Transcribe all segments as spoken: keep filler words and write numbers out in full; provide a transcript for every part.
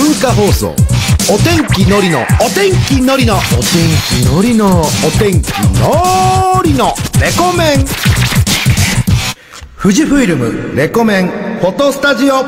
文化放送お天気のりのお天気のりのお天気のりのお天気のりのレコメン富士フイルムレコメンフォトスタジオ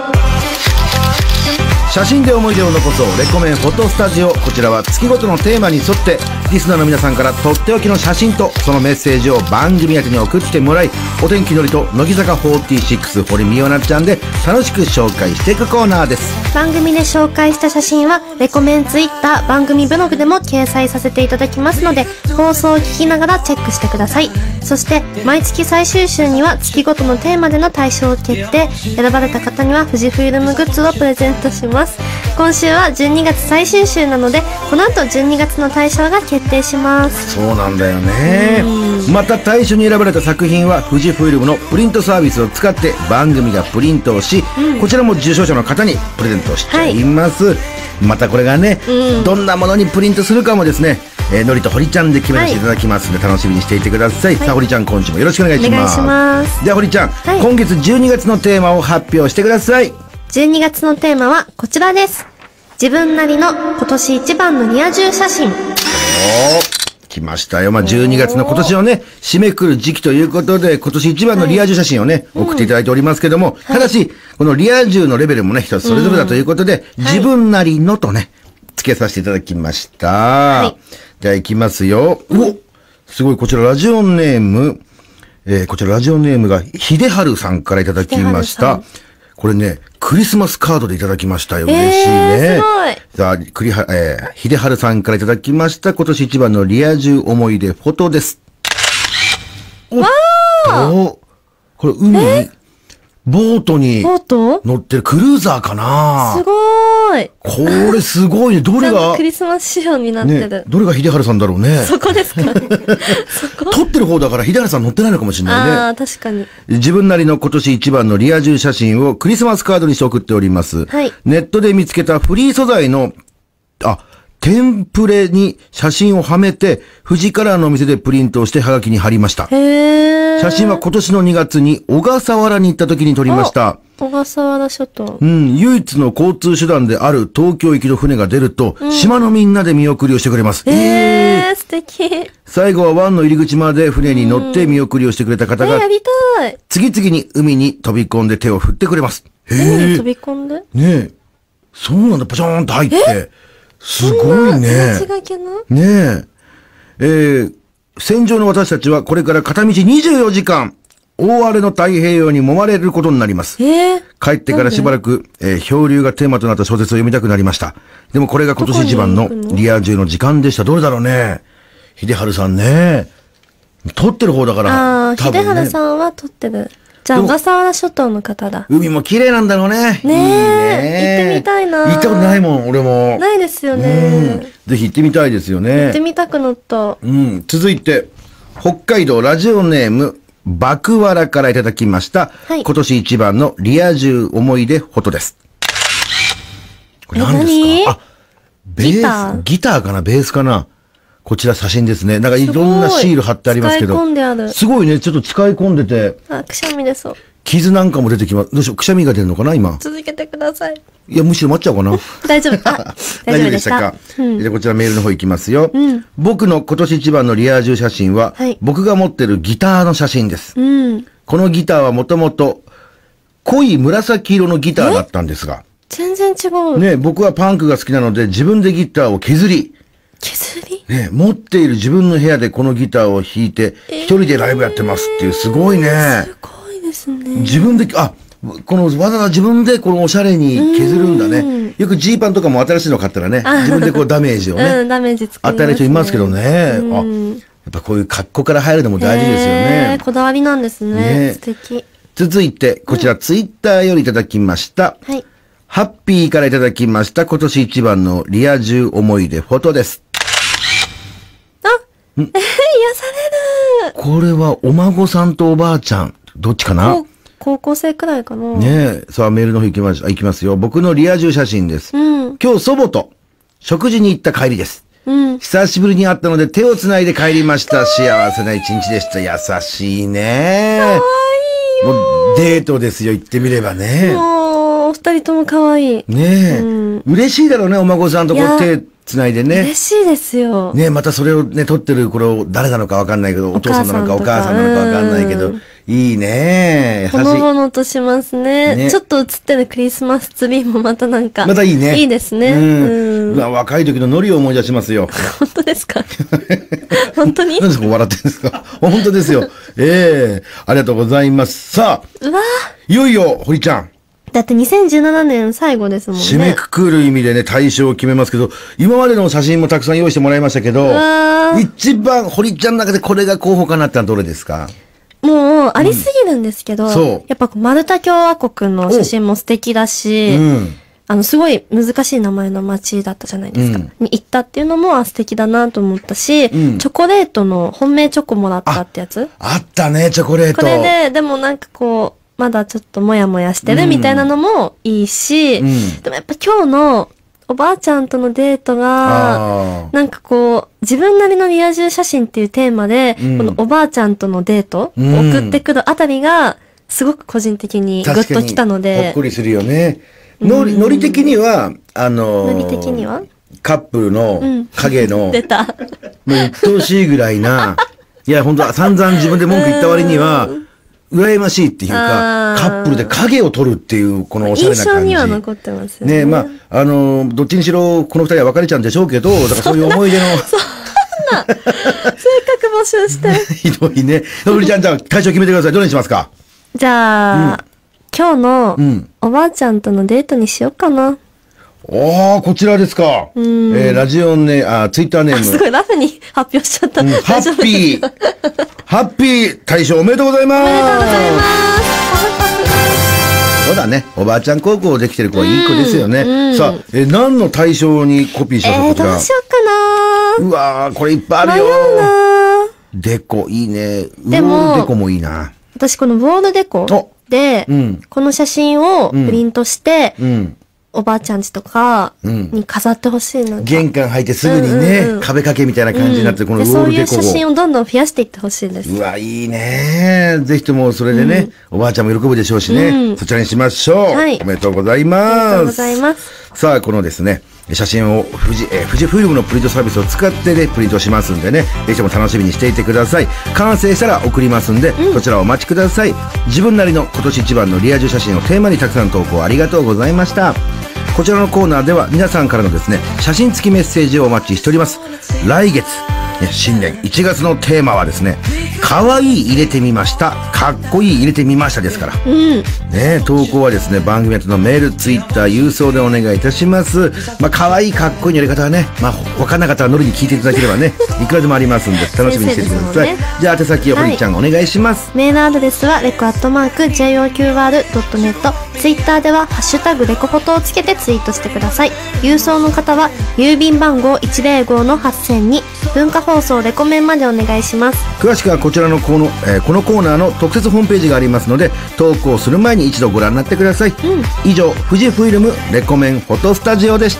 写真で思い出を残そうレコメンフォトスタジオ。こちらは月ごとのテーマに沿ってリスナーの皆さんからとっておきの写真とそのメッセージを番組宛てに送ってもらい、お天気のりと乃木坂フォーティーシックス堀美央奈ちゃんで楽しく紹介していくコーナーです。 番組で紹介した写真はレコメンツイッター番組ブログでも掲載させていただきますので、放送を聞きながらチェックしてください。そして毎月最終週には月ごとのテーマでの対象決定、選ばれた方には富士フイルムグッズをプレゼントします。今週はじゅうにがつ最終週なので、この後じゅうにがつの対象が決定します。 そうなんだよね。また対象に選ばれた作品は富士フイルムのプリントサービスを使って番組がプリントをし、うん、こちらも受賞者の方にプレゼントしちゃいます、はい、またこれがね、うん、どんなものにプリントするかもですね、えー、のりと堀ちゃんで決めさせていただきますので、はい、楽しみにしていてください、はい、さあ堀ちゃん今週もよろしくお願いします。お願いします。では堀ちゃん、はい、今月じゅうにがつのテーマを発表してください。 じゅうにがつのテーマはこちらです。自分なりの今年一番のリア充写真。おー、 来ましたよ。まあ、じゅうにがつの今年をね、締めくる時期ということで、今年一番のリア充写真をね、はい、送っていただいておりますけども、うん、ただし、はい、このリア充のレベルもね、一つそれぞれだということで、うん、自分なりのとね、付けさせていただきました。はい。じゃあ行きますよ。お、すごい、こちらラジオネーム、えー、こちらラジオネームが、秀春さんからいただきました。これね、クリスマスカードでいただきましたよ。嬉しいね。 えー、すごい。 さあ、クリハ、えー、秀春さんからいただきました。今年一番のリア充思い出フォトです。 わー！ お、これ海に、ボートに乗ってるクルーザーかな？ すごーい。 これすごいね。どれがクリスマス仕様になってる。 ね、どれが秀春さんだろうね。 そこですかそこ撮ってる方だから秀春さん乗ってないのかもしれないね。 ああ、確かに。 自分なりの今年一番のリア充写真をクリスマスカードにして送っております。はい。ネットで見つけたフリー素材の、あ、テンプレに写真をはめて、富士カラーのお店でプリントをしてハガキに貼りました。へー。写真は今年のにがつに小笠原に行った時に撮りました。 小笠原諸島。 うん、唯一の交通手段である東京行きの船が出ると、うん、島のみんなで見送りをしてくれます。 へー、素敵。 最後は湾の入り口まで船に乗って見送りをしてくれた方が、 うん、やりたい。 次々に海に飛び込んで手を振ってくれます。 へー。海に飛び込んで？ ねえ。そうなんだ、パチョーンと入って。すごいね。 命がけな？ ねえ。えー、戦場の私たちはこれから片道にじゅうよじかん、大荒れの太平洋に揉まれることになります。えー、帰ってからしばらく、えー、漂流がテーマとなった小説を読みたくなりました。でもこれが今年一番のリア充の時間でした。どれだろうね。秀春さんね。撮ってる方だから。 ああ、秀春さんは撮ってる。じゃあ、小笠原諸島の方だ。 海も綺麗なんだろうね。 ねえ。いいね、行ってみたいな。 行ったことないもん、俺も。 ないですよね。 ぜひ行ってみたいですよね。 行ってみたくなった。 うん。続いて、北海道ラジオネーム、バクワラからいただきました。はい、今年一番のリア充思い出フォトです。これ何ですか？あ、ベース、ギター、ギターかな？ベースかな？こちら写真ですね。なんかいろんなシール貼ってありますけど。 使い込んである。 すごいね。ちょっと使い込んでて。 あ、くしゃみ出そう。 傷なんかも出てきます。どうしよう。くしゃみが出るのかな今。 続けてください。 いや、むしろ待っちゃおうかな。 大丈夫。あ、大丈夫でしたか。 うん、で、こちらメールの方行きますよ。うん、僕の今年一番のリア充写真は、はい、僕が持ってるギターの写真です。うん、このギターはもともと濃い紫色のギターだったんですが。 全然違う。 ね、僕はパンクが好きなので自分でギターを削り、 削りね、持っている自分の部屋でこのギターを弾いて、一人でライブやってますっていう、すごいね。 すごいですね。 自分で、あ、このわざわざ自分でこのおしゃれに削るんだね。よくジーパンとかも新しいの買ったらね、自分でこうダメージをね。 うん、ダメージ作りますね。 与える人いますけどね。あ、やっぱこういう格好から入るのも大事ですよね。 こだわりなんですね。ね、素敵。 続いて、こちらツイッターよりいただきました。はい。ハッピーからいただきました。今年一番のリア充思い出フォトです。 あ、えー、癒される。 これはお孫さんとおばあちゃん、どっちかな？ 高校生くらいかな。 ねえ、さあメールの方行きまし、行きますよ。僕のリア充写真です。うん。今日祖母と食事に行った帰りです。うん。久しぶりに会ったので手をつないで帰りました。幸せな一日でした。優しいね。かわいいよ。もうデートですよ、言ってみればね。 もう、二二人とも可愛い。 ねえ、 うん、 嬉しいだろうね、お孫さんとこう手つないでね。 嬉しいですよ。 ねえ、またそれをね、撮ってる頃、誰なのかわかんないけど、お父さんなのかお母さんなのかわかんないけど、いいね、優しい。 ほのぼのとしますね。ね、ちょっと映ってるクリスマスツリーもまたなんか。 またいいね。 いいですね。うん。 うん、若い時のノリを思い出しますよ。 本当ですか本当に何でそこ笑ってるんですか本当ですよ。ええー、ありがとうございます。さあ。 うわいよいよ、堀ちゃん。 だってにせんじゅうななねん最後ですもんね。 締めくくる意味でね、対象を決めますけど、今までの写真もたくさん用意してもらいましたけど、一番堀ちゃんの中でこれが候補かなってのはどれですか？ もう、ありすぎるんですけど、うん、 そうやっぱマルタ共和国の写真も素敵だし、うん、あの、すごい難しい名前の街だったじゃないですか。うん、に行ったっていうのも素敵だなと思ったし、うん、チョコレートの本命チョコもらったってやつあ, あったね、チョコレート。 これで、でもなんかこう、まだちょっともやもやしてるみたいなのもいいし、うん、でもやっぱ今日のおばあちゃんとのデートが、なんかこう、自分なりのリア充写真っていうテーマで、うん、このおばあちゃんとのデートを送ってくるあたりが、すごく個人的にグッときたので。 ほっこりするよね。ノリ、ノリ的には、あのー、 ノリ的にはカップルの影の、うん、 出た。 もう鬱陶しいぐらいな、いや、本当散々自分で文句言った割には、羨ましいっていうか、カップルで影を取るっていう、このおしゃれな感じ。 印象には残ってますよね。 ね、まあ、あの、どっちにしろ、この二人は別れちゃうんでしょうけど、だからそういう思い出の。 そんな、性格募集して。 ひどいね。のぶりちゃん、じゃあ、対象決めてください。どれにしますか？ じゃあ、うん、今日の、おばあちゃんとのデートにしようかな。 ああ、こちらですか。うん、えー、ラジオネあ、ツイッターネーム。 すごい、ラフに発表しちゃった。うん、 ハッピー、ハッピー大賞おめでとうございます。 おめでとうございます。 そうだね。おばあちゃん高校できてる子はいい子ですよね。うんうん、さあ、えー、何の大賞にコピーしましょうか、こちら。 どうしようかな。 うわー、これいっぱいあるよ。 迷うな。 デコ、いいね。 でも、 デコもいいな。 私このウォールデコで、うん、この写真をプリントして、うんうんおばあちゃん家とかに飾ってほしいの、うん、 玄関入ってすぐにね、うんうんうん、壁掛けみたいな感じになってる、このウォールデコを、うん、そういう写真をどんどん増やしていってほしいです。 うわ、いいね。ぜひともそれでね、うん、おばあちゃんも喜ぶでしょうしね、うん、そちらにしましょう、はい。おめでとうございます。 ありがとうございます。 さあ、このですね、写真を富士、えー、富士フイルムのプリントサービスを使ってね、プリントしますんでね、ぜひとも楽しみにしていてください。完成したら送りますんで、うん、そちらをお待ちください。自分なりの今年一番のリア充写真をテーマにたくさん投稿ありがとうございました。こちらのコーナーでは皆さんからのですね、写真付きメッセージをお待ちしております。来月、ね、新年いちがつのテーマはですね、可愛い入れてみました、かっこいい入れてみましたですから。うん。ね、投稿はですね、番組宛てのメール、ツイッター、郵送でお願いいたします。まあ、可愛いかっこいいのやり方はね、まあ、わかんなかったらノリに聞いていただければね、いくらでもありますんで、楽しみにしていてください。ね、じゃあ、宛先を堀ちゃん、はい、お願いします。 メールアドレスは、レコアットマーク、ジェイオーキューアールドットネット。ツイッターでは、ハッシュタグレコフォトをつけてツイートしてください。郵送の方は、郵便番号いちゼロごのはっせんに、文化放送レコメンまでお願いします。 詳しくはこちらのこの、えー、このコーナーの特設ホームページがありますので、投稿する前に一度ご覧になってください。うん、以上、富士フイルムレコメンフォトスタジオでした。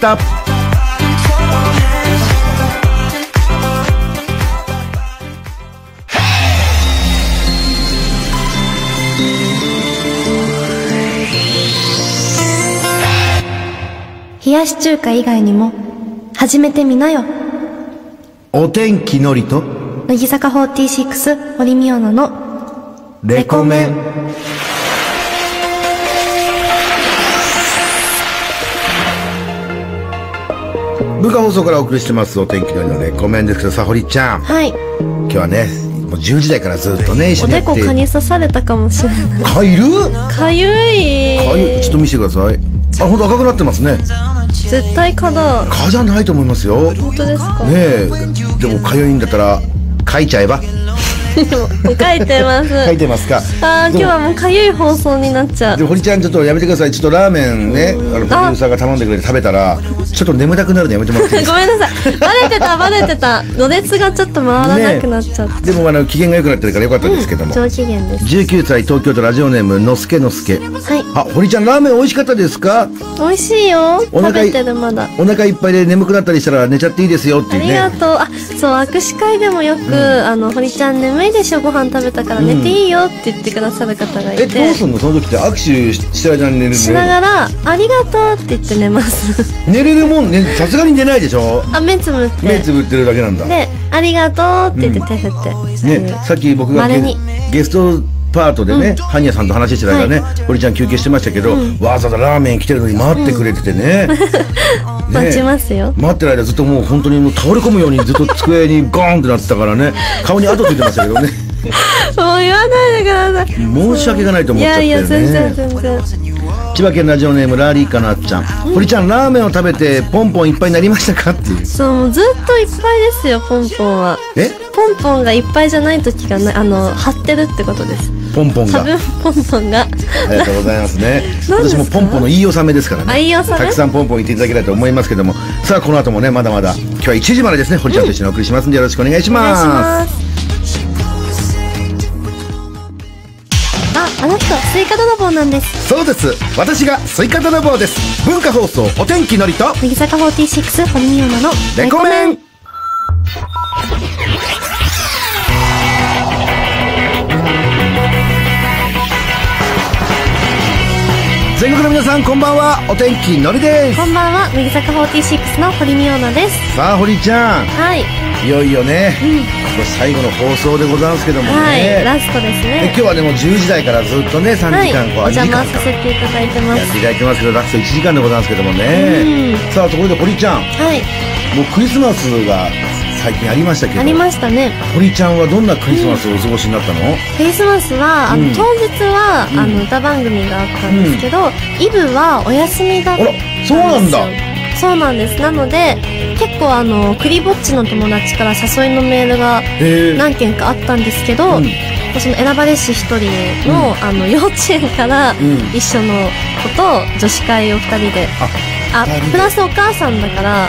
冷やし中華以外にも始めてみなよ。 お天気のりと乃木坂フォーティーシックス堀美央奈のレコメン。文化放送からお送りしてますお天気のりのレコメンですけど、さ、堀ちゃん、 はい、 今日はね、もうじゅうじ台からずっとね、 一緒にやっておでこ蚊に刺されたかもしれない。 かゆるかゆいかゆい。ちょっと見せてください。あ、ほんと赤くなってますね。 絶対蚊だ。 蚊じゃないと思いますよ。 本当ですか？ ねえ、でもかゆいんだったら書いちゃえば。 書いてます。 書いてますか。 ああ、今日はもうかゆい放送になっちゃう。 で、堀ちゃんちょっとやめてください。ちょっとラーメンね、あのプロデューサーが頼んでくれて食べたらちょっと眠たくなるのやめてもらっていいですか。 ごめんなさい。バレてた、バレてた。ろれつがちょっと回らなくなっちゃって。 ね、でもあの機嫌が良くなってるから良かったですけども。 うん、上機嫌です。 じゅうきゅうさい東京都ラジオネームのすけのすけ。 はい。 あ、堀ちゃんラーメン美味しかったですか？ 美味しいよ。 お腹食べてるまだ。 お腹いっぱいで眠くなったりしたら寝ちゃっていいですよっていうね。 ありがとう。あ、そう握手会でもよく、うん、あの堀ちゃん眠いでしょご飯食べたから寝ていいよって言ってくださる方がいて。 え、どうすんのその時って握手してる間に寝る。 しながらありがとうって言って寝ます。 寝れるもんね。さすがに寝ないでしょ。 あ、目つぶって目つぶってるだけなんだ。 でありがとうって言って手振って、 うん、ね、さっき僕がゲ、ゲストパートでね、ハニヤさんと話してた間ね、堀ちゃん休憩してましたけど、わざわざラーメン来てるのに待ってくれててね。 待ちますよ。 待ってる間ずっともう本当にもう倒れ込むようにずっと机にゴーンってなってたからね、顔に跡ついてましたけどね。 もう言わないでください。 申し訳がないと思っちゃってるね。いやいや全然全然。千葉県ラジオネームラーリーかなっちゃん。堀ちゃんラーメンを食べてポンポンいっぱいになりましたかっていう。 そう、もうずっといっぱいですよポンポンは。 え？ ポンポンがいっぱいじゃない時がない、あの張ってるってことです。 ポンポンが。 多分ポンポンが。 ありがとうございますね。私もポンポンのいい納めですからね。 あ、いい納め。 たくさんポンポン言っていただきたいと思いますけども、さあこの後もねまだまだ今日はいちじまでですね、堀ちゃんと一緒にお送りしますんでよろしくお願いします。 お願いします。あ、あの人スイカ泥棒なんです。 そうです、私がスイカ泥棒です。文化放送お天気のりと乃木坂フォーティーシックス堀美央奈のレコメン。全国の皆さんこんばんは、お天気のりです。 こんばんは、乃木坂フォーティーシックスの堀美央奈です。 さあ堀ちゃん、 はい、 いよいよね、うん、これ最後の放送でございますけどもね、 はい、ラストですね。 今日はでもじゅうじ台からずっとねさんじかん、 はい、お邪魔させていただいてます。 やっていただいてますけど、ラストいちじかんでございますけどもね、うん、さあところで堀ちゃん、はい、もうクリスマスが最近ありましたけど、 ありましたね。 堀ちゃんはどんなクリスマスをお過ごしになったの？うん、 クリスマスはあの、うん、当日は、うん、あの歌番組があったんですけど、うん、イブはお休みだったんですよ。 あら、そうなんだ。 そうなんです。なので結構あのクリぼっちの友達から誘いのメールが何件かあったんですけど、うん、その選ばれし一人の、うん、あの幼稚園から一緒の子と女子会をふたりで、うん、あプラスお母さんだから、うん、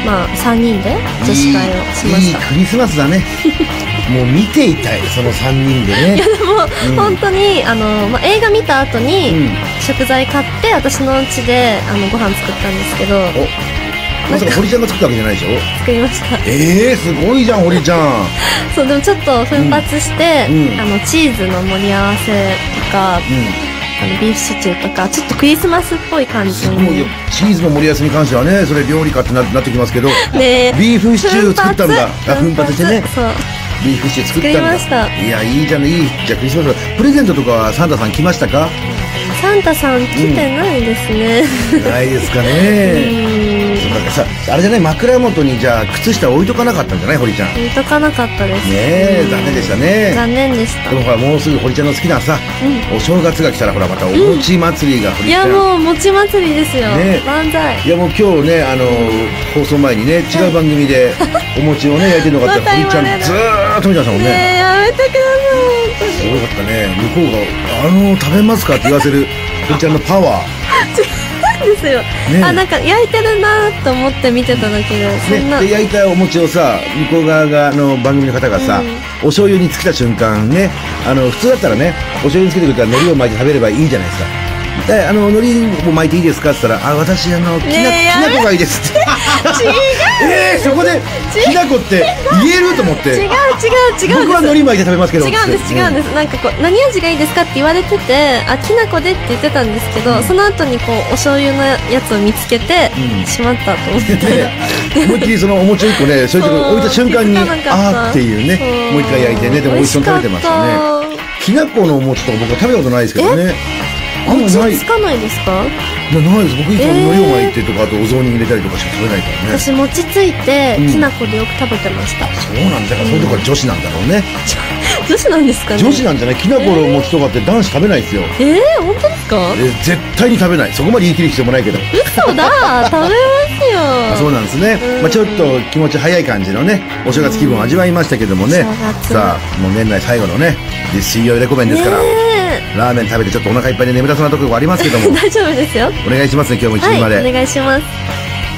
まあさんにんで女子会をしました。 いいクリスマスだね。もう見ていたい、そのさんにんでね。 いやでも、うん、本当にあの、まあ、映画見た後に、うん、食材買って私の家であのご飯作ったんですけど。 まさか堀ちゃんが作ったわけじゃないでしょ？ 作りました。 えー、すごいじゃん堀ちゃん。 そう、でもちょっと奮発して、うん、あのチーズの盛り合わせとか、うん、あのビーフシチューとかちょっとクリスマスっぽい感じに。 すごいよ。チーズの盛り合わせに関してはね、それ料理かってなってきますけど、 ね、 ビーフシチュー作ったんだ。奮発してね。 そう。 ビーフシチュー作ったんだ。 作りました。 いや、いいじゃん、いい。じゃあクリスマスプレゼントとかはサンタさん来ましたか？ サンタさん来てないですね。 うん、ないですかね。なんかさ、あれじゃない、枕元にじゃあ靴下置いとかなかったんじゃない堀ちゃん？ 置いとかなかったですね。え、残念でしたね。 残念でした。 でもほらもうすぐ堀ちゃんの好きなさ、うん、お正月が来たらほらまたお餅祭りが堀ちゃん、 うん、いやもう餅祭りですよ、ね、万歳。 いやもう今日ね、あのー、放送前にね違う番組でお餅をね焼いてるのがあって堀ちゃんずーっと見てましたもんね。 ねえ、やめてください。 すごかったね。向こうがあのー、食べますかって言わせる堀ちゃんのパワー。 ですよ、ね、あ、なんか焼いてるなと思って見てただけで、そんな、 ね、で焼いたお餅をさ、向こう側がの番組の方がさ、うん、お醤油につけた瞬間ね、あの普通だったらねお醤油につけてくれたら海苔を巻いて食べればいいじゃないですか。で、あの海苔を巻いていいですかって言ったら、あ、私あのきな、 ね、 きなこがいいですって。 違う。 えー、そこできなこって言えると思って。 違う違う違うです。 僕は海苔巻いて食べますけど。 違うんです違うんです。なんかこう何味がいいですかって言われてて、あ、きなこでって言ってたんですけど、うん、その後にこうお醤油のやつを見つけて、うん、しまったと思って。 思いっきりそのお餅をいっこね、そういうとこ置いた瞬間にあーっていうね、もう一回焼いてね、でも美味しそうに食べてましたね。きなこのお餅とか僕は食べたことないですけどね。 あんまない。つかないですか？ いや、ないです。僕いつも海苔を巻いてとか、あとお雑煮入れたりとかしか食べないからね。 私餅ついて、きなこでよく食べてました。 そうなんだから、そういうとこは女子なんだろうね。 女子なんですかね。 女子なんじゃない？きなこの餅とかって男子食べないですよ。 えー、本当ですか？ え、絶対に食べない。そこまで言い切る必要もないけど。 嘘だ、食べますよ。 そうなんですね。まあちょっと気持ち早い感じのね、お正月気分を味わいましたけどもね。さあ、もう年内最後のね、水曜レコメンですから。ラーメン食べてちょっとお腹いっぱいで眠たそうなところがありますけども大丈夫ですよ。 お願いしますね、今日もいちじまで、 はい、お願いします。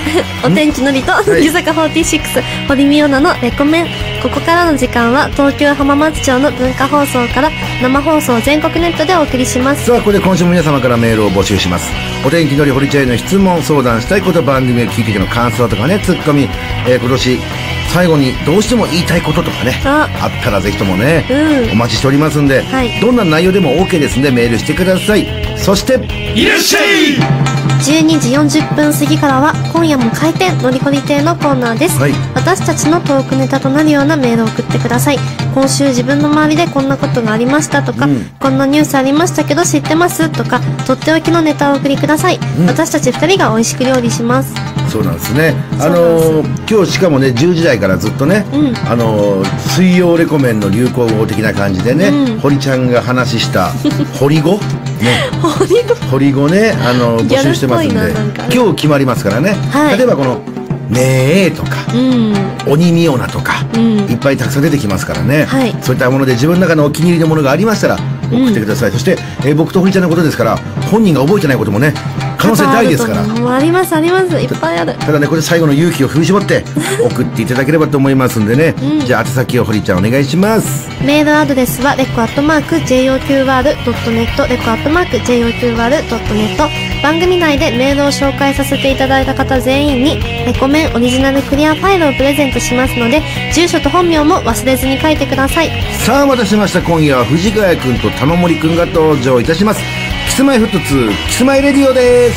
お天気のりと、乃木坂フォーティーシックス、堀美央奈のレコメン。ここからの時間は、東京浜松町の文化放送から生放送全国ネットでお送りします。 さあ、ここで今週も皆様からメールを募集します。お天気のり堀ちゃんへの質問、相談したいこと、番組を聞いてての感想とかね、ツッコミ、えー、今年、最後にどうしても言いたいこととかね、あ, あったらぜひともね、うん、お待ちしておりますんで、はい、どんな内容でも OK ですんでメールしてください。そしていらっしゃい。 じゅうにじよんじゅっぷん過ぎからは今夜も開店のりほり亭のコーナーです、はい、私たちのトークネタとなるようなメールを送ってください。今週自分の周りでこんなことがありましたとか、うん、こんなニュースありましたけど知ってますとか、とっておきのネタをお送りください、うん、私たちふたりが美味しく料理します。 そうなんですね。あのー、今日しかもねじゅうじ台からずっとね、うん、あのー、水曜レコメンの流行語的な感じでね、うん、堀ちゃんが話した堀語ね、 堀語堀語ね、あのー、募集してますんで、今日決まりますからね、はい、例えばこのねえとか、うん、鬼ミオナとか、うん、いっぱいたくさん出てきますからね、はい、そういったもので自分の中のお気に入りのものがありましたら送ってください、うん、そして、えー、僕と堀ちゃんのことですから本人が覚えてないこともね可能性大ですから。 もうありますあります、いっぱいある。 ただね、これ最後の勇気を振り絞って送っていただければと思いますんでね、うん、じゃあ宛先を堀ちゃんお願いします。 メールアドレスはレコアットマーク ジェイオーキューアールドットネット、レコアットマーク ジェイオーキューアールドットネット。番組内でメールを紹介させていただいた方全員にレコメンオリジナルクリアファイルをプレゼントしますので、住所と本名も忘れずに書いてください。 さあお待たせしました。今夜は藤ヶ谷くんと玉森くんが登場いたします。キスマイフットツーキスマイレディオです。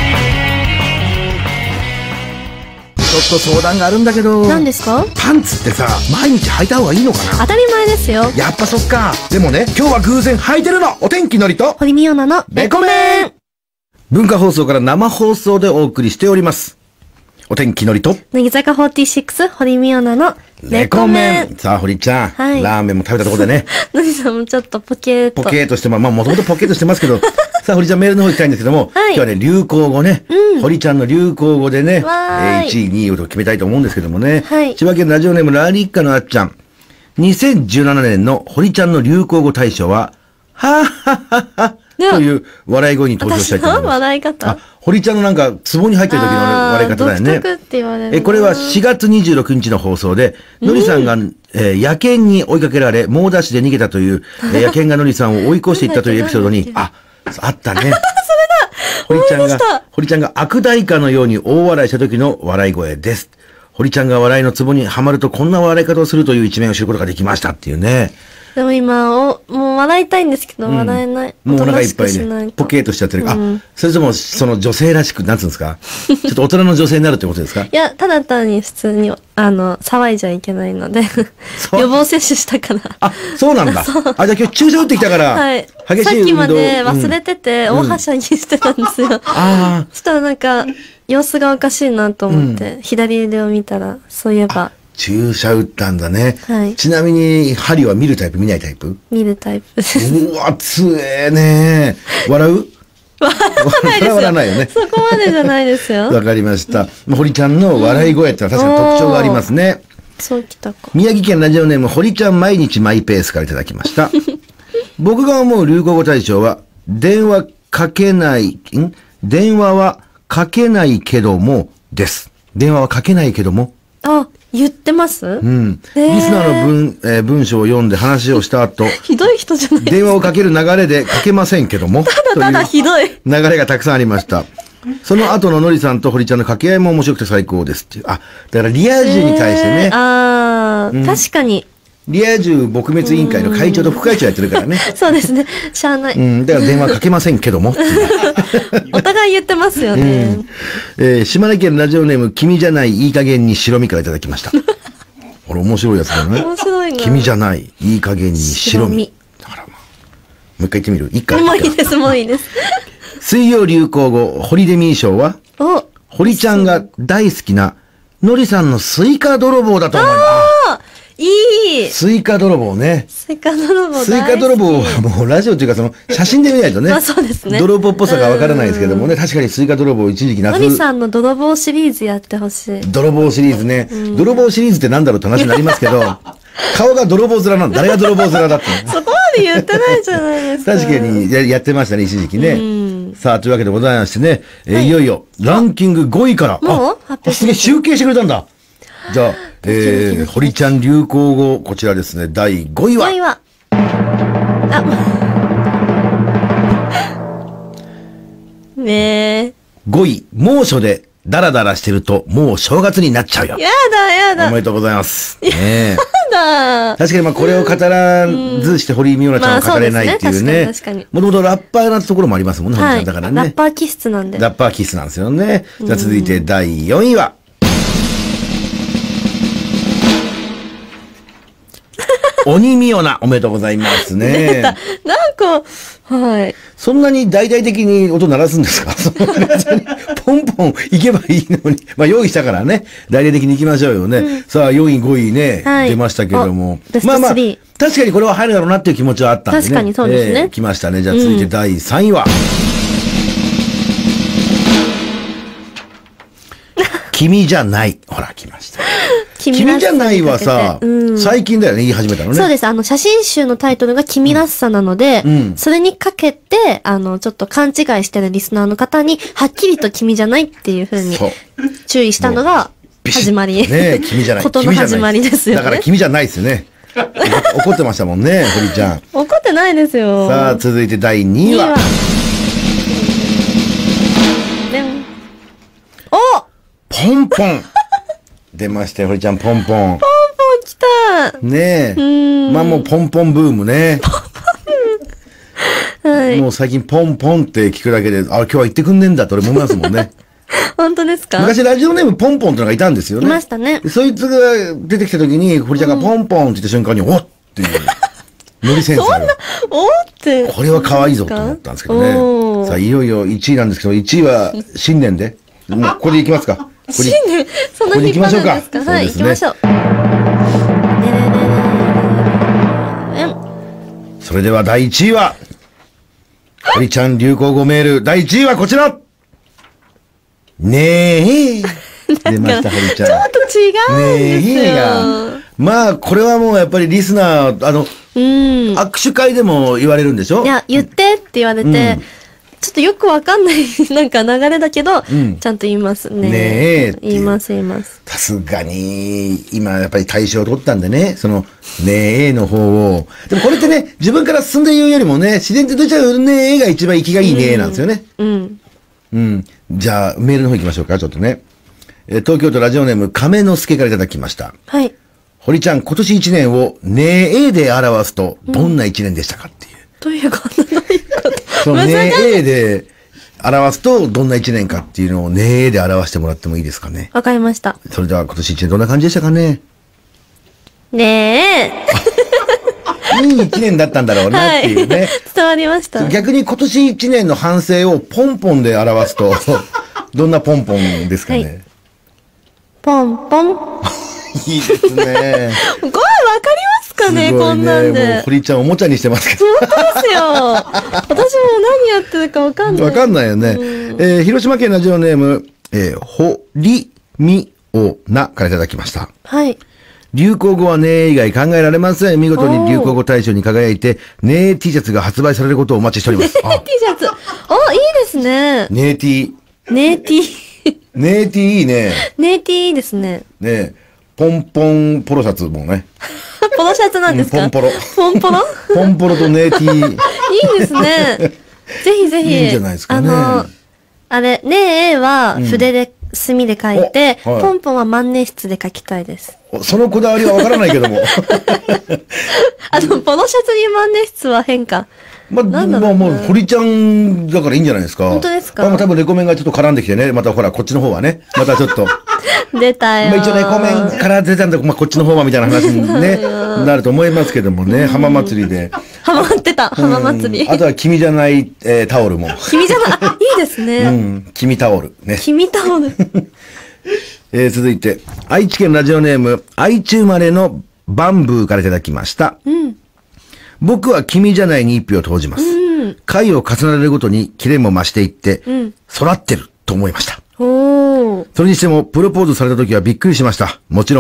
ちょっと相談があるんだけど。 何ですか？ パンツってさ、毎日履いた方がいいのかな？ 当たり前ですよ。 やっぱそっか。でもね、今日は偶然履いてるの。お天気のりと堀美央奈のレコメン。 文化放送から生放送でお送りしております。お天気のりと乃木坂フォーティーシックス堀美央奈のレコメン。 さあ堀ちゃん、はい、ラーメンも食べたところでね。 乃木さんもちょっとポケーと。 ポケーとしてまあもともとポケーとしてますけど。さあ堀ちゃんメールの方行きたいんですけども、はい、今日はね流行語ね、うん、堀ちゃんの流行語でね、えー、いちいにいを決めたいと思うんですけどもね、はい、千葉県ラジオネームラリッカのあっちゃん、にせんじゅうななねんの堀ちゃんの流行語大賞ははぁはっはっはという笑い声に登場したいと思います。 笑い方？ あ、堀ちゃんのなんか壺に入ってる時の笑い方だよね。 独特って言われる。 え、これはしがつにじゅうろくにちの放送で、のりさんが、えー、野犬に追いかけられ猛ダッシュで逃げたという、えー、野犬がのりさんを追い越していったというエピソードに、あ、あったね。それだ。堀ちゃんが、堀ちゃんが悪代官のように大笑いした時の笑い声です。堀ちゃんが笑いの壺にはまるとこんな笑い方をするという一面を知ることができましたっていうね。 でも今お、もう笑いたいんですけど、うん、笑えない。 もうお腹いっぱいね。ポケーとしちゃってる。うん、あ、それとも、その女性らしく、なんつうんですかちょっと大人の女性になるってことですか？いや、ただ単に普通に、あの、騒いじゃいけないので、予防接種したから。 あ、そうなんだ。あ、じゃあ今日注射打ってきたから、はい。激しい運動。 さっきまで忘れてて、うん、大はしゃぎしてたんですよ。ああ。そしたらなんか、様子がおかしいなと思って、うん、左腕を見たら、そういえば。 注射打ったんだね。はい。ちなみに、針は見るタイプ、見ないタイプ？ 見るタイプです。 うわ、つえーねー。笑う？ 笑わないですよ。 笑わないよね。 そこまでじゃないですよ。 わかりました。堀ちゃんの笑い声ってのは確かに特徴がありますね。 そうきたか。 宮城県ラジオネーム、堀ちゃん毎日マイペースからいただきました。僕が思う流行語大賞は、電話かけない、ん電話はかけないけども、です。電話はかけないけども。 あ、言ってます？うん。リスナーの文、えー、文章を読んで話をした後。 ひどい人じゃないですか。 電話をかける流れでかけませんけども。 ただただひどい。 流れがたくさんありました。その後ののりさんと堀ちゃんの掛け合いも面白くて最高ですっていう。あ、だからリア充に対してね。 ああ、うん、確かに。 リア充撲滅委員会の会長と副会長やってるからね。 そうですね。しゃあない。 うん。だから電話かけませんけども。 お互い言ってますよね。 うん、えー、島根県ラジオネーム、君じゃない、いい加減に白身からいただきました。これ面白いやつだね。 面白いな。 君じゃない、いい加減に白身。だからまあ。もう一回言ってみる？一回。 もういいです、もういいです。 水曜流行語、ホリデミー賞は、お堀ちゃんが大好きな、のりさんのスイカ泥棒だと思います。 いいスイカ泥棒ね。 スイカ泥棒。 スイカ泥棒はもうラジオというかその写真で見ないとね。 まあそうですね。 泥棒っぽさがわからないですけどもね。確かにスイカ泥棒一時期夏。 のりさんの泥棒シリーズやってほしい。 泥棒シリーズね。泥棒シリーズってなんだろうって話になりますけど、顔が泥棒面なの。誰が泥棒面だって。 そこまで言ってないじゃないですか。 確かにや、やってましたね、一時期ね。 さあ、というわけでございましてね、えーはいいよいよ、ランキングごいから、 もうあ発表すげえ集計してくれたんだ。じゃあ、えー、堀ちゃん流行語、こちらですね、だいごいはごいは、あ、ねえ。 ごい、猛暑でダラダラしてると、もう正月になっちゃうよ。 やだ、やだ。 おめでとうございます。ねえ。 やだ。 確かにまあこれを語らずして堀井美央奈ちゃんは語れないっていうまあそうね。 ですね確かに確かにもともとラッパーなところもありますもんね、堀ちはい。 ゃんだからね。 ラッパー気質なんで。 ラッパーキスなんですよね。じゃあ続いてだいよんいは、鬼美央奈、おめでとうございますね。 なんか、はい。 そんなに大々的に音鳴らすんですかそんな別にポンポン行けばいいのに。まあ用意したからね、大々的に行きましょうよね。さあよんい、ごいね、 はい出ましたけれどもおベ。ストまあまあスリー、 確かにこれは入るだろうなっていう気持ちはあったんでね。 確かにそうですねえー来ましたね。じゃあ続いてだいさんいは、君じゃない。ほら、来ました。君じゃないはさ、 うん、 最近だよね、言い始めたのね。 そうです。あの、写真集のタイトルが君らしさなので、 うんそれにかけて、あの、ちょっと勘違いしてるリスナーの方に、はっきりと君じゃないっていう風にそう注意したのが、 ビシッ始まり。 ねえ、君じゃない。 ことの君じゃない始まりですよね。 だから君じゃないですよね。怒ってましたもんね、堀ちゃん。 怒ってないですよ。 さあ、続いてだいにいにいは、 でもおポンポン。出ましたよ、堀ちゃん、ポンポン。 ポンポン来たねえ。 んまあもうポンポンブームね。 はい。 もう最近ポンポンって聞くだけで、あ、今日は言ってくんねえんだって俺思いますもんね。 本当ですか？ 昔ラジオネームポンポンってのがいたんですよね。 いましたねでそいつが出てきた時に、堀ちゃんがポンポンって言った瞬間に、おっっていう、ノリセンサーが。 おーって。 これは可愛いぞと思ったんですけどおーね。さあ、いよいよいちいなんですけど、いちいは新年で。もうここで行きますか。ここで新年、そんなここにに行きましょうか引っ張るんですか？はい、 そうですね行きましょう。ねねねねねねそれではだいいちいは、堀ちゃん流行語メール、だいいちいはこちらねえ。出ました、堀ちゃん。 ちょっと違うんですよ。 ねえが。まあ、これはもうやっぱりリスナー、あの、 うん。 握手会でも言われるんでしょいや、言ってって言われて、 うんちょっとよくわかんないなんか流れだけど、 んちゃんと言いますね。 ねえっていう言います、言います。 さすがに、今やっぱり大賞を取ったんでね、その、ねえの方を。でもこれってね、自分から進んで言うよりもね、自然と出ちゃうねえが一番生きがいいねえなんですよね。 うん。 うん。じゃあ、メールの方行きましょうか、ちょっとね。えー東京都ラジオネーム、亀之助からいただきました。 はい。 堀ちゃん、今年一年をねえで表すと、どんな一年でしたかっていう。 ということどういうことその難しいねえで表すと、どんな一年かっていうのをねえで表してもらってもいいですかね。 わかりました。 それでは今年一年どんな感じでしたかね。 ねえ。 いい一年だったんだろうなはい。 っていうね。 伝わりました。 逆に今年一年の反省をポンポンで表すと、どんなポンポンですかね。 はいポンポン。 いいですね。 これわかりますかね、 すごいこんなんもうで。 堀ちゃんおもちゃにしてますけど。 本当ですよ。私も何やってるかわかんない。 わかんないよね。えー広島県ラジオネーム、えー、ほりみおなからいただきました。 はい。 流行語はね以外考えられません。見事に流行語大賞に輝いて、ね T シャツが発売されることをお待ちしております。あ T シャツ。あ、いいですね。 ね T。 ネイティ。 ね T いいね。 ネイティいいですね。 ねポンポンポロシャツもね。 ポロシャツなんですか？ うんポンポロポンポロポンポロとね T。 いいですね。ぜひぜひ。 いいんじゃないですかねあの、あれ、ねえは筆で、墨で書いて、 おはいポンポンは万年筆で書きたいです。 そのこだわりはわからないけども。 あの、ポロシャツに万年筆は変か。 まあ、 なんだろうなまあもう、堀ちゃんだからいいんじゃないですか。 本当ですかまあ多分レコメンがちょっと絡んできてね。またほら、こっちの方はね。またちょっと。 出たよ。 まあ一応レコメンから出たんだ、まあこっちの方はみたいな話にね、なると思いますけどもね。浜祭りで。 ハマってた、浜祭りうん。あとは君じゃない、えータオルも。 君じゃない、あ、いいですうね。 ん。君タオル。ね。 君タオル。 えー続いて、愛知県ラジオネーム、愛知生まれのバンブーからいただきました。 うん。 僕は君じゃないに一票投じます。 うん。 回を重ねるごとにキレも増していって、 うん育ってると思いました。 おー。 それにしても、プロポーズされた時はびっくりしました。もちろん、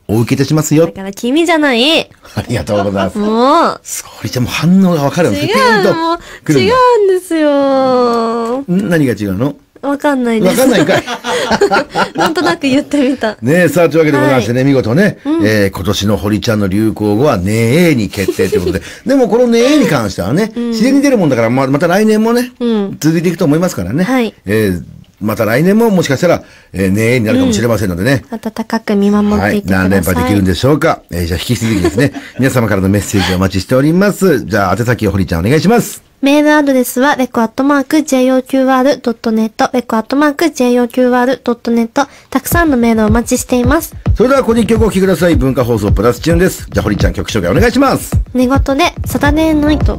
お受けいたしますよ。 だから君じゃない。 ありがとうございます。 もう。 すごい、堀ちゃんも反応がわかるの。 違う、もう、違うんですよ。 何が違うの？ わかんないです。 わかんないかい。 なんとなく言ってみた。 ねえ、さあ、というわけでございましてね、はい、見事ね、 うん、 えー、今年の堀ちゃんの流行語はねえに決定ということで、でもこのねえに関してはね、うん、自然に出るもんだから、ま、また来年もね、うん、続いていくと思いますからね。はい。えーまた来年ももしかしたら、えー、ねえになるかもしれませんのでね。 うん、温かく見守っていってください。はい。何連覇できるんでしょうか。えー、じゃあ引き続きですね、皆様からのメッセージをお待ちしております。じゃあ、宛先を堀ちゃんお願いします。 メールアドレスは、レコアットマーク ジェイオーキューアールドットネット、レコアットマーク ジェイオーキューアールドットネット、たくさんのメールをお待ちしています。 それでは、ここに曲を聴きください。文化放送プラスチューンです。じゃあ、堀ちゃん曲紹介お願いします。 寝言で、サタデーナイト。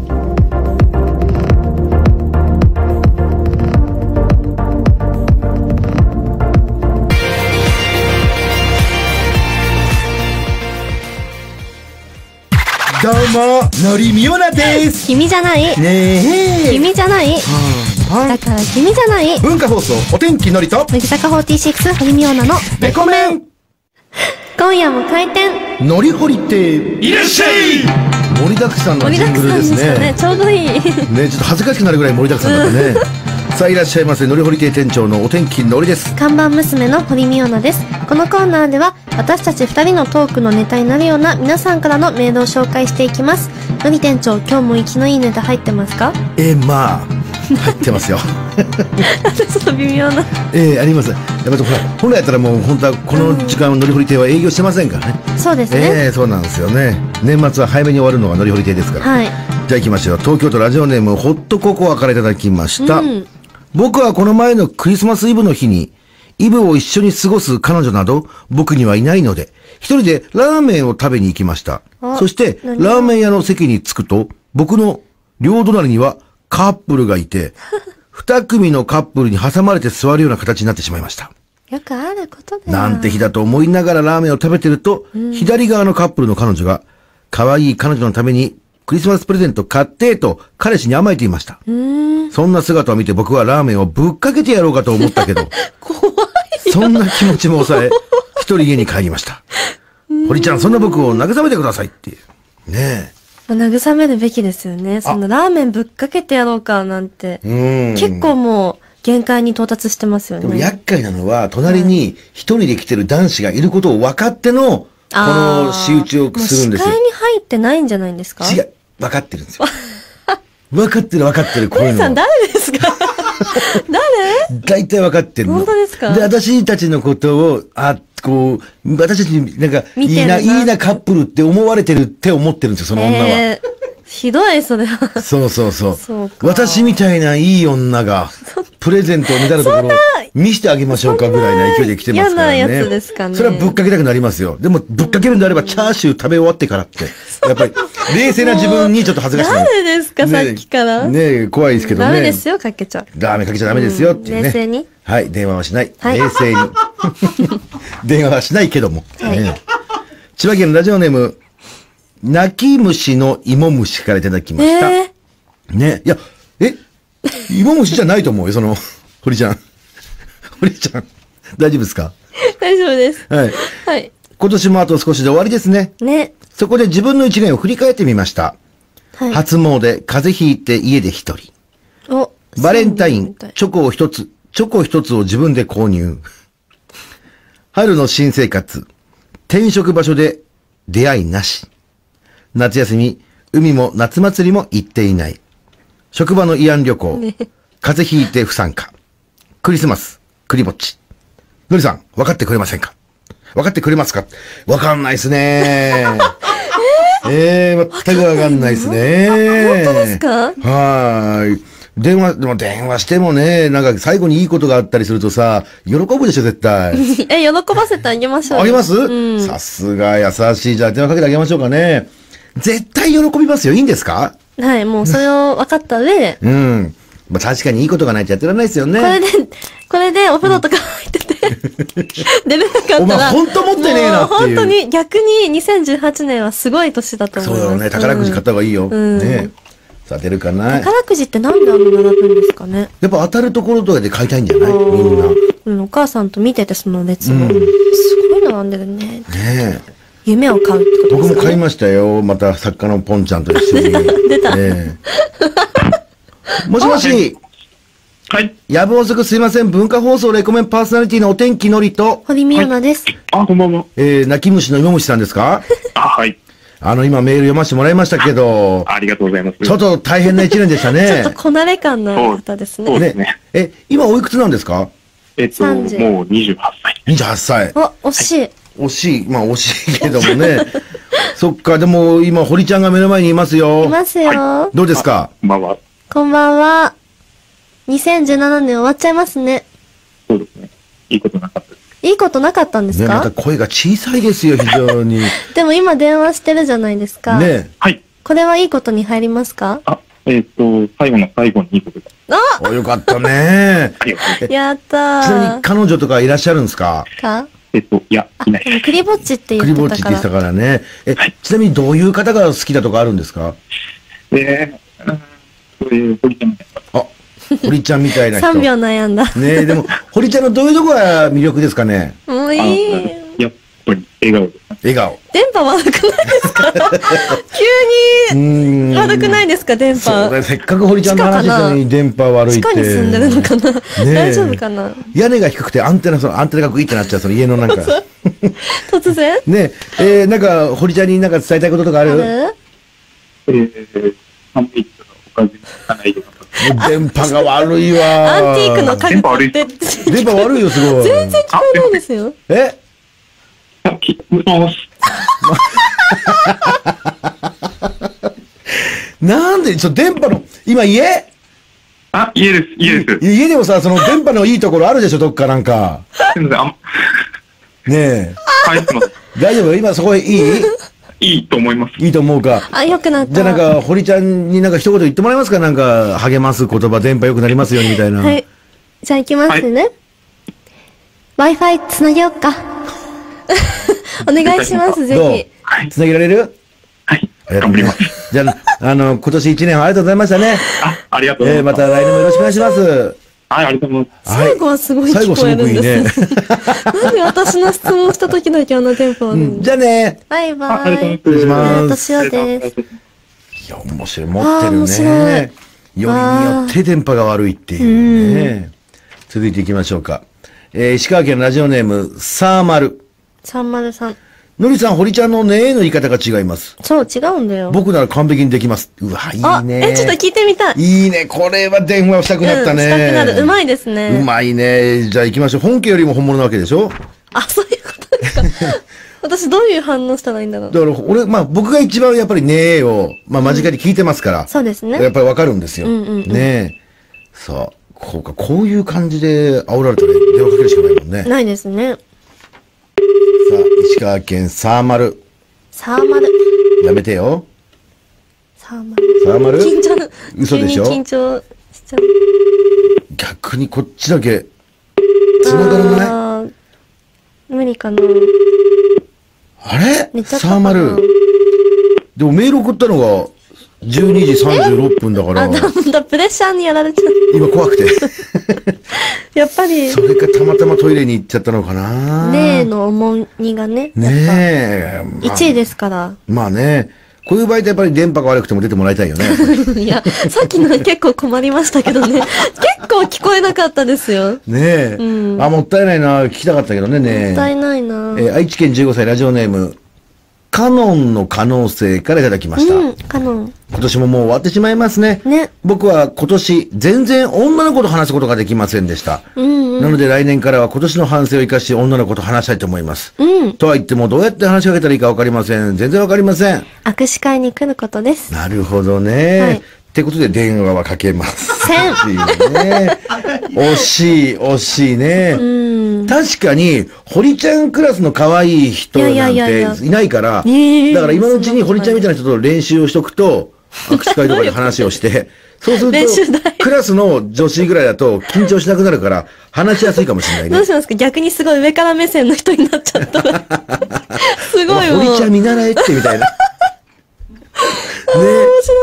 どうも、のりみおなです。 君じゃない。 ねえ。 君じゃない。はあ、だから君じゃない。 文化放送、お天気のりと、 乃木坂フォーティーシックス、堀美央奈の、 レコメン。 今夜も開店。 のりほりって、いらっしゃい。盛りだくさんのジングルですね。 盛りだくさんでしたね。ちょうどいい。 ね、ちょっと恥ずかしくなるぐらい盛りだくさんだったね。さあ、いらっしゃいませ。のりほり亭店長のお天気のりです。 看板娘の堀美央奈です。このコーナーでは、私たち二人のトークのネタになるような皆さんからのメールを紹介していきます。のり店長、今日も息のいいネタ入ってますか？ えー、まあ、入ってますよ。 ちょっと微妙な。 えー、あります。やっぱりほら、本来やったらもう本当はこの時間のりほり亭は営業してませんからね。 そうですね。 えー、そうなんですよね。年末は早めに終わるのがのりほり亭ですから。はい。じゃあ行きましょう。東京都ラジオネームホットココアからいただきました。うん、僕はこの前のクリスマスイブの日に、イブを一緒に過ごす彼女など僕にはいないので、一人でラーメンを食べに行きました。そして、ラーメン屋の席に着くと、僕の両隣にはカップルがいて、二組のカップルに挟まれて座るような形になってしまいました。 よくあることだよ。 なんて日だと思いながらラーメンを食べてると、うん、左側のカップルの彼女が、可愛い彼女のためにクリスマスプレゼント買ってと彼氏に甘えていました。うーん、そんな姿を見て僕はラーメンをぶっかけてやろうかと思ったけど、 怖い。 そんな気持ちも抑え、一人家に帰りました。堀ちゃん、そんな僕を慰めてくださいっていう。ねえ。慰めるべきですよね。そんなラーメンぶっかけてやろうかなんて。うん、結構もう限界に到達してますよね。 でも厄介なのは、隣に一人で来てる男子がいることを分かっての、この仕打ちをするんですよ。 視界に入ってないんじゃないんですか？ 違う。分かってるんですよ。分かってる分かってる。 こういうの。さん誰ですか？誰？ 大体分かってるの。 本当ですか？ で、私たちのことを、あ、こう、私たちになんか、いいな、いいなカップルって思われてるって思ってるんですよ、その女は。えー、 ひどい、それは。 そうそうそう。そう私みたいないい女が、プレゼントを見たるところ、見せてあげましょうかぐらいの勢いで来てますからね。 嫌なやつですかね。 それはぶっかけたくなりますよ。でも、ぶっかけるんであれば、チャーシュー食べ終わってからって。やっぱり、冷静な自分にちょっと恥ずかしい。 誰ですか、さっきから。 ねえ、怖いですけどね。 ダメですよ、かけちゃう。 ラーメンかけちゃダメですよっていうね。 冷静に。 はい、電話はしない。冷静に。電話はしないけども。千葉県ラジオネーム、泣き虫の芋虫からいただきました。ね。いや、え芋虫じゃないと思うよ、その、堀ちゃん。堀ちゃん。大丈夫ですか？ 大丈夫です。 はい。はい。今年もあと少しで終わりですね。 ね。 そこで自分の一年を振り返ってみました。はい。初詣、風邪ひいて家で一人。お。バレンタイン、チョコを一つ、チョコ一つを自分で購入。春の新生活、転職場所で出会いなし。夏休み、海も夏祭りも行っていない。職場の慰安旅行、ね、風邪ひいて不参加。クリスマス、クリぼっち。のりさん、分かってくれませんか？分かってくれますか？分かんないっすねー。えー、全く分かんないっすねー。 本当ですか？ はーい。電話、でも電話してもね、なんか最後にいいことがあったりするとさ、喜ぶでしょ、絶対。 え、喜ばせてあげましょう。 あげます？うん。さすが優しい。じゃあ電話かけてあげましょうかね。絶対喜びますよ。いいんですか？はい、もうそれを分かった上で。うん。まあ確かにいいことがないとやってられないですよね。 これで、これでお風呂とか入ってて、出れなかったら。お前ほんと持ってねえなっていう。 本当に逆ににせんじゅうはちねんはすごい年だと思います。 そうだろうね。宝くじ買った方がいいよ。うん、ね。さあ出るかな。 宝くじってなんであんな並ぶんですかね。 やっぱ当たるところとかで買いたいんじゃない？みんな。 うん、お母さんと見ててその列も。うん、すごい読んでるね。 ねえ。 夢を買うってことですかね。 僕も買いましたよ。また作家のポンちゃんと一緒に。 出た。 ええ、もしもし。 はい。 やぶ遅くすいません。文化放送レコメンパーソナリティのお天気のりと。 堀美奈です。 あ、こんばんは。 えー、泣き虫の芋虫さんですか？ あ、はい。 あの、今メール読ませてもらいましたけど。 ありがとうございます。 ちょっと大変な一年でしたね。 ちょっとこなれ感のある方ですね。 そうですね。 え、今おいくつなんですか？ えっと、もうにじゅうはっさい。 にじゅうはっさい。 あ、惜しい。 惜しい。まあ惜しいけどもね。そっか、でも今、堀ちゃんが目の前にいますよ。 いますよ。 どうですか？ こんばんは。 こんばんは。にせんじゅうななねん終わっちゃいますね。 そうですね。いいことなかったです。 いいことなかったんですね、まか？ た声が小さいですよ、非常に。 でも今電話してるじゃないですか。 ね。 はい。 これはいいことに入りますか？ あ、えっと、最後の最後にいいことだ。 あお、よかったね。 ありがとうございます。 やったちなみにー。 彼女とかいらっしゃるんですか？ かえっと、いや、 あ、 いないでもクリぼっちってクリぼ言っってちって言ってたたから。 からね。え、 はいちなみにどういう方が好きだとかあるんですか？ えー、うんそれ、堀ちゃんみたいな。 あ、堀ちゃんみたいな人。 さんびょう悩んだ。 ねえ、でも、堀ちゃんのどういうとこが魅力ですかね？ もうあいい。 やっぱり、笑顔です。 笑顔。 電波悪くないですか？急にに悪くないですか、電波。 そうだよ、せっかく堀ちゃんの話したのに電波悪いって。 地下に住んでるのかな、 え大丈夫かな屋根が低くてアンテナ、そのアンテナがグイってなっちゃう、その家のなんか。 突然ねえ、えー、なんか、堀ちゃんになんか伝えたいこととかあある？ るえー、寒い人がおかずにつかないでください。 電波が悪いわ。 アンティークの家具買って。 電波悪いよ、すごい。 全然聞こえないですよ。 えあ、き、もしもし。 なんで、ちょ、電波の、今家あ、家です、家です。 家でもさ、その電波のいいところあるでしょ、どっかなんか。 すみません、あん、 ねえ。 はい、すみません。 大丈夫？今そこいい？ いいと思います。 いいと思うか。 あ、よくなった。 じゃあなんか、堀ちゃんになんか一言言ってもらえますか？なんか、励ます言葉、電波良くなりますようにみたいな。 はい。じゃあ行きますね。Wi-Fi つなげようか。お願いします、 どうぜはい。 つなげられる？ はい。 ありがとうございま。 頑張りますす。 じゃあ、あの、今年一年はありがとうございましたね。 あ、ありがとうござえー、 いま。 ますた来年もよろしくお願いします。 はい、ありがとうございます。 ひ。最後はすごい最後聞こえるんです。 すごくいいね。 なんで私の質問した時だけあんなテンポあるうんの？ じゃあね。 バイバあ、ありがとうイ。 ござい失礼しまますす。 私はです。 いや、面白い。持ってるあー面白ね。よりによって電波が悪いっていうね。続いていきましょうか。えー、石川県ラジオネーム、サーマル。 さんまるさん。 のりさん、堀ちゃんのねえの言い方が違います。 そう、違うんだよ。 僕なら完璧にできます。うわ、いあい、ね。 え、ちょっと聞いてみたい。 いいね。これは電話したくなったね。 うん、したくなる。うまいですね。 うまいね。じゃあ行きましょう。本家よりも本物なわけでしょ？ あ、そういうことですか。私どういう反応したらいいんだろう。 だから、俺、まあ僕が一番やっぱりねえを、まあ間近に聞いてますから。 そうですね。 やっぱりわかるんですよ。 うんうんうんねえ。さあ、こうか、こういう感じで煽られたら電話かけるしかないもんね。さないですね。 あ、石川県サーマル。 サーマル。 やめてよ。 サーマル。 サーマル緊張。 嘘でしょ急に緊張しちゃう。 逆にこっちだけ、繋がらないあー無理かな。 あれ寝ちゃったかなサーマル。でもメール送ったのがじゅうにじさんじゅうろっぷんだからあ、、なんだ、プレッシャーにやられちゃっ今怖くて。 た。やっぱり、 それかたまたまトイレに行っちゃったのかな。 例の重荷がね。 ねえ。まあいちいですから。 まあね。こういう場合ってやっぱり電波が悪くても出てもらいたいよね。 いや、さっきの結構困りましたけどね。結構聞こえなかったですよ。 ねえ。 うんあ、もったいないな。聞きたかったけどね。ねえ。 もったいないな。 えー愛知県じゅうごさいラジオネーム、カノンの可能性からいただきました。 うん、カノン。 今年ももう終わってしまいますね。 ね。 僕は今年全然女の子と話すことができませんでした。 うんうん。 なので来年からは今年の反省を生かして女の子と話したいと思います。 うん。 とは言ってもどうやって話しかけたらいいかわかりません。全然わかりません。 握手会に来ることです。 なるほどね。 はいってことで電話はかけます。 せん惜しいね。惜しい、惜しいね。 うん。 確かに、堀ちゃんクラスの可愛い人なんいやいやいやいやていないから、 ねえだから今のうちに堀ちゃんみたいな人と練習をしとくと、握手会とかで話をして、そうする練習台と、クラスの女子ぐらいだと緊張しなくなるから、話しやすいかもしれないね。 どうしますか？逆にすごい上から目線の人になっちゃったら。すごいもう。 堀ちゃん見習えってみたいな。ね面白い。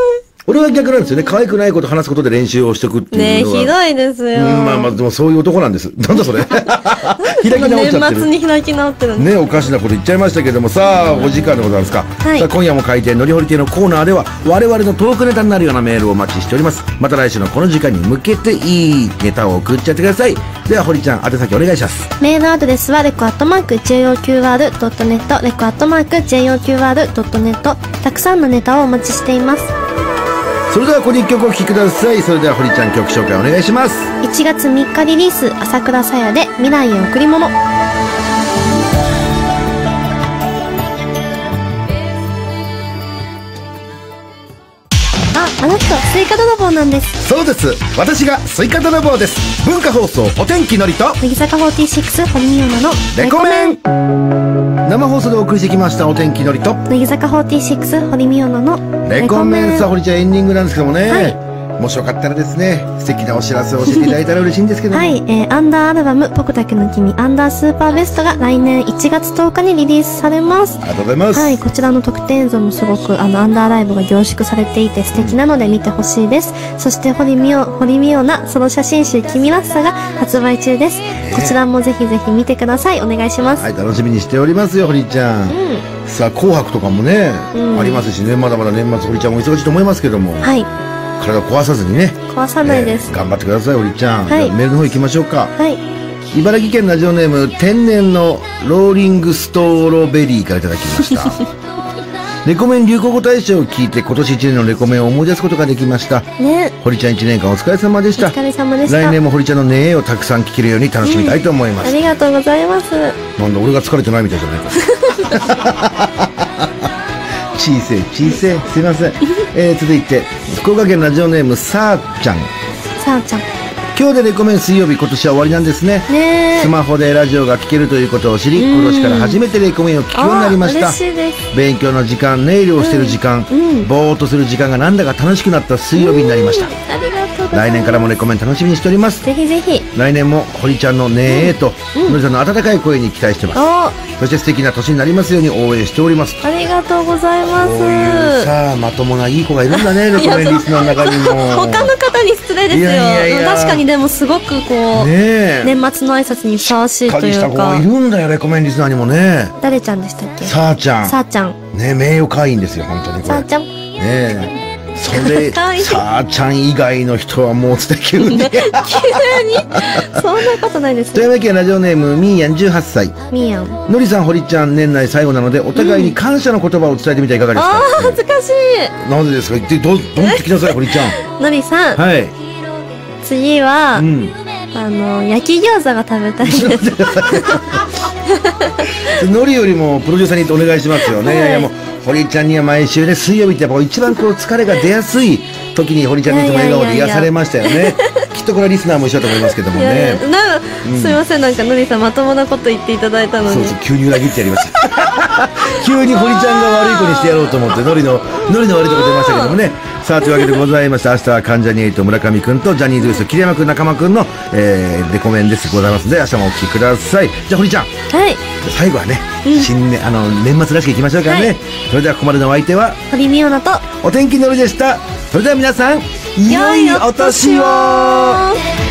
俺は逆なんですよね。可愛くないこと話すことで練習をしておくっていうのは。 ねえ、ひどいですよ。 うん、まあまあ、でもそういう男なんです。なんだそれ。開き直っちゃってる。 年末に開き直ってるんでね、おかしなこと言っちゃいましたけども、さあ、お時間でございますか。 はいさあ、今夜も開店のりほり亭のコーナーでは、我々のトークネタになるようなメールをお待ちしております。また来週のこの時間に向けていいネタを送っちゃってください。では、堀ちゃん、宛先お願いします。 メールアドレスはレコアットマーク ジェイオーキューアールドットネット レコアットマーク ジェイオーキューアールドットネット。たくさんのネタをお待ちしています。 それでは、ここに一曲お聴きください。それでは、堀ちゃん、曲紹介お願いします。 いちがつみっかリリース、朝倉さやで未来へ贈り物。あ、あの人、スイカ泥棒なんです。 そうです。私がスイカ泥棒です。文化放送、お天気のりと、 乃木坂フォーティーシックス、堀美央奈のレコメン。生放送でお送りしてきました、お天気のりと、 乃木坂フォーティーシックス、堀美央奈のレコメン。さあ、堀ちゃん、エンディングなんですけどもね。 はいもしよかったらですね、素敵なお知らせを教えていただいたら嬉しいんですけども。 はい、えー、アンダーアルバム、僕だけの君、アンダースーパーベストが来年いちがつとおかにリリースされます。 ありがとうございます。 はい、こちらの特典映像もすごく、あの、アンダーライブが凝縮されていて素敵なので見てほしいです。そして、堀美央、堀美央なソロ写真集、君らしさが発売中です。こちらもぜひぜひ見てください。お願いします。 はい、楽しみにしておりますよ、堀ちゃん。 うん。 さあ、紅白とかもね、 うんありますしね、まだまだ年末、堀ちゃんも忙しいと思いますけども、 はい、 体を壊さずにね、 壊さないです。 えー頑張ってください、堀ちゃん。 はいじゃあメールの方行きましょうか。 はい。 茨城県ラジオネーム、天然のローリングストロベリーからいただきました。レコメン流行語大賞を聞いて今年いちねんのレコメンを思い出すことができました。 ね。 堀ちゃんいちねんかんお疲れ様でした。 お疲れ様でした。 来年も堀ちゃんのねえをたくさん聞けるように楽しみたいと思います。 ありがとうございます。 なんだ俺が疲れてないみたいじゃないか。小せい小せいすいません。えー、続いて福岡県ラジオネームさーちゃん。 さあちゃん。 今日でレコメン水曜日、今年は終わりなんですね。 ねえ。 スマホでラジオが聴けるということを知り、今年から初めてレコメンを聴くようになりました。 あー嬉しいです。 勉強の時間、ネイルをしてる時間、 うんぼーっとする時間がなんだか楽しくなった水曜日になりました。 ありがとうございます。 来年からもレコメン楽しみにしております。 ぜひぜひ。 来年も堀ちゃんのねえと、のりさんの温かい声に期待してます。 お、 そして素敵な年になりますように応援しております。 ありがとうございます。 こういうさあ、まともないい子がいるんだね、レコメンリスナーの中にも。 他の方に失礼ですよ。 いやいやいや確かにでもすごくこう、 ねえ。 年末の挨拶にふさわしいしっかというかりした子がい。るんだよ、レコメンリスナーにもね。 誰ちゃんでしたっけ？ さあちゃん。 さあちゃん。 ね、名誉会員ですよ、本当にこれ。 さあちゃん。 ねえ。それ、 かわいいさあちゃん以外の人はもうつって急に。 急にそんなことないです富山県ラジオネーム、みーやんじゅうはっさい。 みーやん。 のりさん、堀ちゃん、年内最後なので、お互いに感謝の言葉を伝えてみてはいかがですか、 あー、恥ずかしなぜですか言って、ど、どんってきなさい、堀ちゃん。 い。のりさん、 はい。 次は、 うん。 あの、焼き餃子が食べたいです。 のりよりもプロデューサーにお願いしますよね。 はいいやいやもう、堀ちゃんには毎週ね、水曜日ってやっぱ一番こう疲れが出やすい時に堀ちゃんのいつも笑顔で癒されましたよね。きっとこれはリスナーも一緒だと思いますけどもいやいねや。なすいません、なんかのりさんまともなこと言っていただいたのにそうそう、急に裏切ってやりました。急に堀ちゃんが悪い子にしてやろうと思って、のりの、のりの悪いとこ出ましたけどもね。さあ、というわけでございました。明日は関ジャニエイト村上くんとジャニーズ ウエスト桐山くん中間くんの、えー、レコメンですございますので、明日もお聞きください。じゃあ、堀ちゃん。 はい、 最後はね、新年、あの、年末らしくいきましょうからね。 はいそれではここまでのお相手は、 堀美央奈とお天気のりでした。それでは皆さん、良いお年を。